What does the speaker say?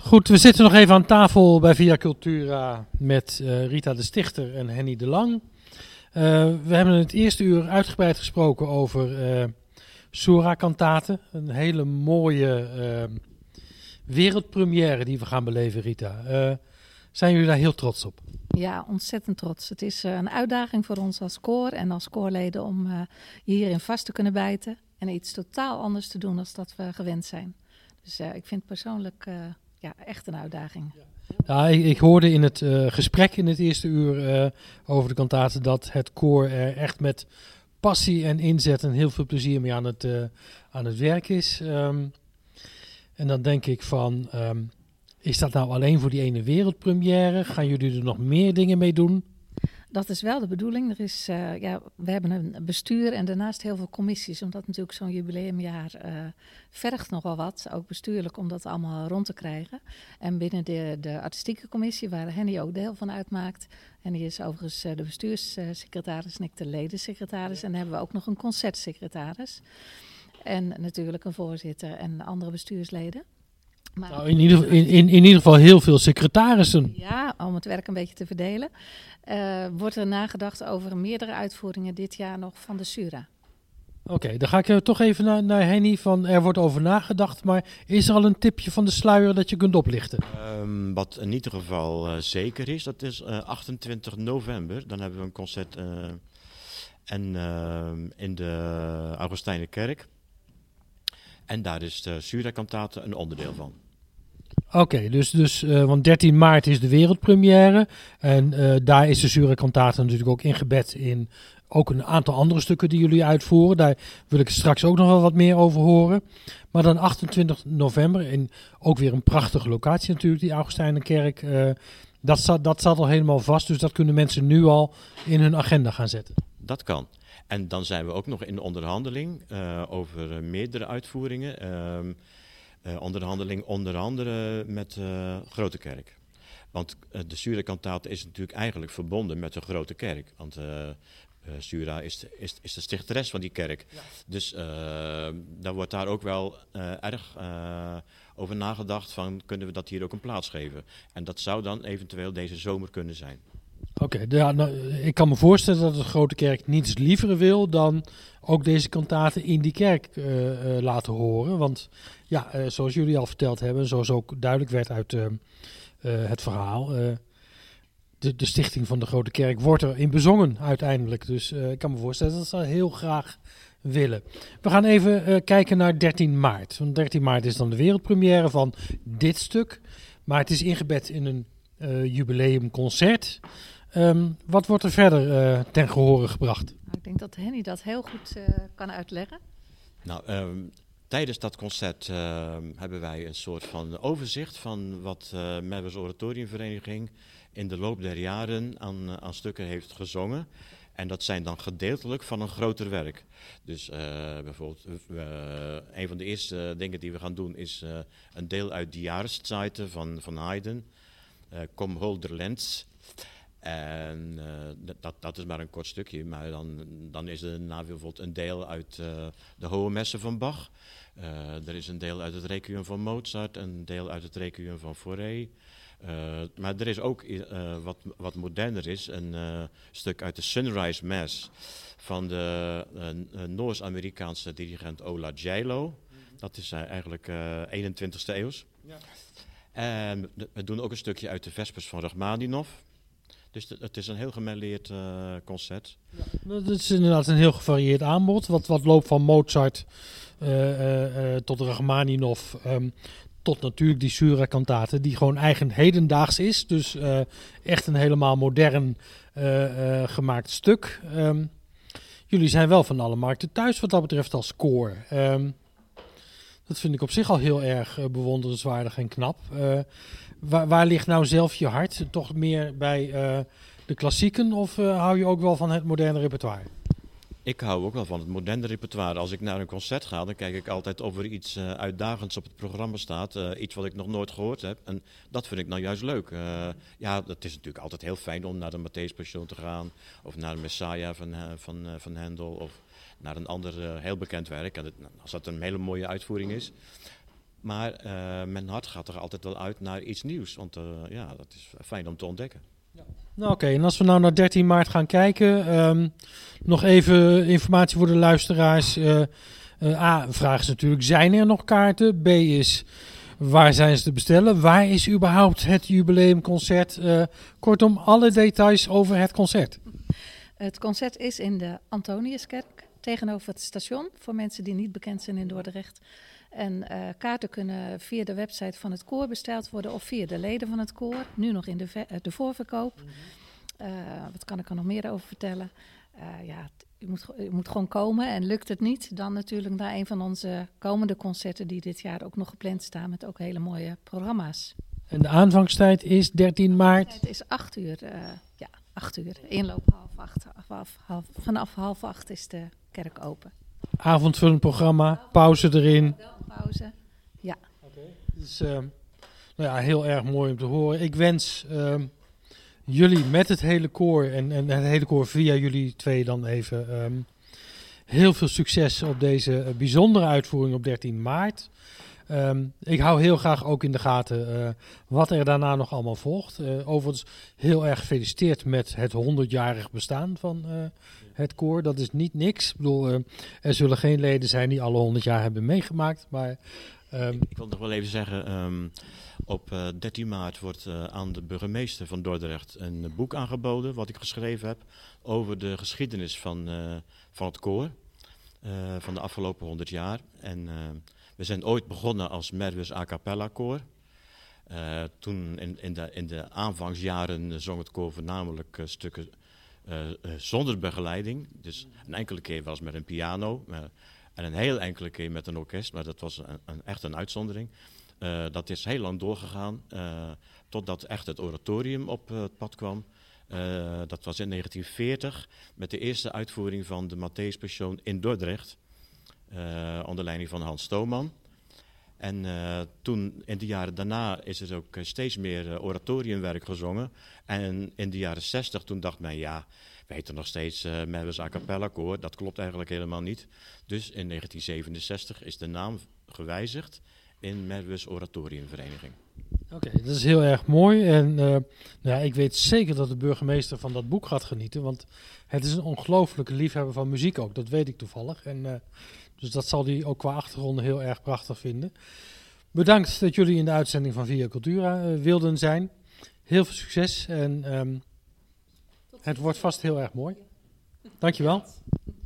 Goed, we zitten nog even aan tafel bij Via Cultura met Rita de Stichter en Henny de Lang. We hebben in het eerste uur uitgebreid gesproken over Sura-kantaten. Een hele mooie wereldpremière die we gaan beleven, Rita. Zijn jullie daar heel trots op? Ja, ontzettend trots. Het is een uitdaging voor ons als koor en als koorleden om je hierin vast te kunnen bijten. En iets totaal anders te doen dan dat we gewend zijn. Dus ik vind het persoonlijk echt een uitdaging. Ja, ik hoorde in het gesprek in het eerste uur over de kantaten dat het koor er echt met passie en inzet en heel veel plezier mee aan het werk is. En dan denk ik van, is dat nou alleen voor die ene wereldpremière? Gaan jullie er nog meer dingen mee doen? Dat is wel de bedoeling. We hebben een bestuur en daarnaast heel veel commissies. Omdat natuurlijk zo'n jubileumjaar vergt nogal wat. Ook bestuurlijk om dat allemaal rond te krijgen. En binnen de artistieke commissie, waar Henny ook deel van uitmaakt. En die is overigens de bestuurssecretaris en ik de ledensecretaris. En dan hebben we ook nog een concertsecretaris. En natuurlijk een voorzitter en andere bestuursleden. Maar nou, in ieder geval heel veel secretarissen. Ja, om het werk een beetje te verdelen. Wordt er nagedacht over meerdere uitvoeringen dit jaar nog van de Sura. Oké, dan ga ik toch even naar Henny van er wordt over nagedacht. Maar is er al een tipje van de sluier dat je kunt oplichten? Wat in ieder geval zeker is, dat is 28 november. Dan hebben we een concert in de Augustijnerkerk. En daar is de Sura-kantate een onderdeel van. Oké, dus want 13 maart is de wereldpremière. En daar is de Sura-kantate natuurlijk ook ingebed in ook een aantal andere stukken die jullie uitvoeren. Daar wil ik straks ook nog wel wat meer over horen. Maar dan 28 november, en ook weer een prachtige locatie natuurlijk, die Augustijnerkerk. Dat staat al helemaal vast, dus dat kunnen mensen nu al in hun agenda gaan zetten. Dat kan. En dan zijn we ook nog in onderhandeling over meerdere uitvoeringen. Onderhandeling onder andere met Grote Kerk. Want de Sura-kantate is natuurlijk eigenlijk verbonden met de Grote Kerk. Want Sura is de stichteres van die kerk. Ja. Dus daar wordt daar ook wel erg over nagedacht van kunnen we dat hier ook een plaats geven. En dat zou dan eventueel deze zomer kunnen zijn. Oké, ik kan me voorstellen dat de Grote Kerk niets liever wil dan ook deze kantaten in die kerk laten horen. Want ja, zoals jullie al verteld hebben, zoals ook duidelijk werd uit het verhaal, de stichting van de Grote Kerk wordt erin bezongen uiteindelijk. Dus ik kan me voorstellen dat ze dat heel graag willen. We gaan even kijken naar 13 maart. Want 13 maart is dan de wereldpremière van dit stuk. Maar het is ingebed in een jubileumconcert. Wat wordt er verder ten gehore gebracht? Nou, ik denk dat Henny dat heel goed kan uitleggen. Nou, tijdens dat concert hebben wij een soort van overzicht van wat Merwes Oratoriumvereniging in de loop der jaren aan stukken heeft gezongen. En dat zijn dan gedeeltelijk van een groter werk. Dus bijvoorbeeld een van de eerste dingen die we gaan doen is een deel uit Die Jahreszeiten van Haydn. Kom Holder Lenz. En dat is maar een kort stukje, maar dan is er bijvoorbeeld een deel uit de Hohe Messe van Bach. Er is een deel uit het Requiem van Mozart, een deel uit het Requiem van Fauré. Maar er is ook wat moderner is, een stuk uit de Sunrise Mass van de Noors-Amerikaanse dirigent Ola Gjeilo. Dat is eigenlijk 21ste eeuws. Ja. En we doen ook een stukje uit de Vespers van Rachmaninov. Dus het is een heel gemêleerd concert. Ja, het is inderdaad een heel gevarieerd aanbod. Wat loopt van Mozart tot Rachmaninov, tot natuurlijk die Sura-kantate, die gewoon eigen hedendaags is. Dus echt een helemaal modern gemaakt stuk. Jullie zijn wel van alle markten thuis wat dat betreft als koor. Dat vind ik op zich al heel erg bewonderenswaardig en knap. Waar ligt nou zelf je hart? Toch meer bij de klassieken of hou je ook wel van het moderne repertoire? Ik hou ook wel van het moderne repertoire. Als ik naar een concert ga, dan kijk ik altijd of er iets uitdagends op het programma staat. Iets wat ik nog nooit gehoord heb. En dat vind ik nou juist leuk. Ja, het is natuurlijk altijd heel fijn om naar de Matthäus Passion te gaan. Of naar de Messiah van Handel. Of naar een ander heel bekend werk. En als dat een hele mooie uitvoering is. Maar mijn hart gaat er altijd wel uit naar iets nieuws. Want dat is fijn om te ontdekken. Nou, oké, en als we nou naar 13 maart gaan kijken, nog even informatie voor de luisteraars. A, vraag is natuurlijk, zijn er nog kaarten? B is, waar zijn ze te bestellen? Waar is überhaupt het jubileumconcert? Kortom, alle details over het concert. Het concert is in de Antoniuskerk tegenover het station, voor mensen die niet bekend zijn in Dordrecht. En kaarten kunnen via de website van het koor besteld worden of via de leden van het koor. Nu nog in de voorverkoop. Wat kan ik er nog meer over vertellen? Je moet gewoon komen en lukt het niet, dan natuurlijk naar een van onze komende concerten die dit jaar ook nog gepland staan met ook hele mooie programma's. En de aanvangstijd is 13 maart? Het is 8 uur. 8 uur. Inloop 7:30. Vanaf 7:30 is de kerk open. Avondvullend programma, pauze erin. Pauze, ja. Dus, heel erg mooi om te horen. Ik wens jullie met het hele koor en het hele koor via jullie twee dan even heel veel succes op deze bijzondere uitvoering op 13 maart. Ik hou heel graag ook in de gaten wat er daarna nog allemaal volgt. Overigens heel erg gefeliciteerd met het 100-jarig bestaan van het koor. Dat is niet niks. Ik bedoel, er zullen geen leden zijn die alle 100 jaar hebben meegemaakt. Maar, ik wil nog wel even zeggen, op 13 maart wordt aan de burgemeester van Dordrecht een boek aangeboden, wat ik geschreven heb, over de geschiedenis van het koor van de afgelopen 100 jaar. En we zijn ooit begonnen als Merwes a cappella koor. Toen in de aanvangsjaren zong het koor voornamelijk stukken zonder begeleiding. Dus een enkele keer was met een piano en een heel enkele keer met een orkest. Maar dat was echt een uitzondering. Dat is heel lang doorgegaan totdat echt het oratorium op het pad kwam. Dat was in 1940 met de eerste uitvoering van de Matthäus Passion in Dordrecht. Onder leiding van Hans Stooman. En toen in de jaren daarna is er ook steeds meer oratoriumwerk gezongen. En in de jaren 60 toen dacht men, we heten nog steeds Merwes a cappella koor. Dat klopt eigenlijk helemaal niet. Dus in 1967 is de naam gewijzigd in Merwes Oratoriumvereniging. Oké, dat is heel erg mooi. En ik weet zeker dat de burgemeester van dat boek gaat genieten. Want het is een ongelooflijke liefhebber van muziek ook. Dat weet ik toevallig. En dus dat zal hij ook qua achtergrond heel erg prachtig vinden. Bedankt dat jullie in de uitzending van Via Cultura wilden zijn. Heel veel succes en het wordt vast heel erg mooi. Dankjewel.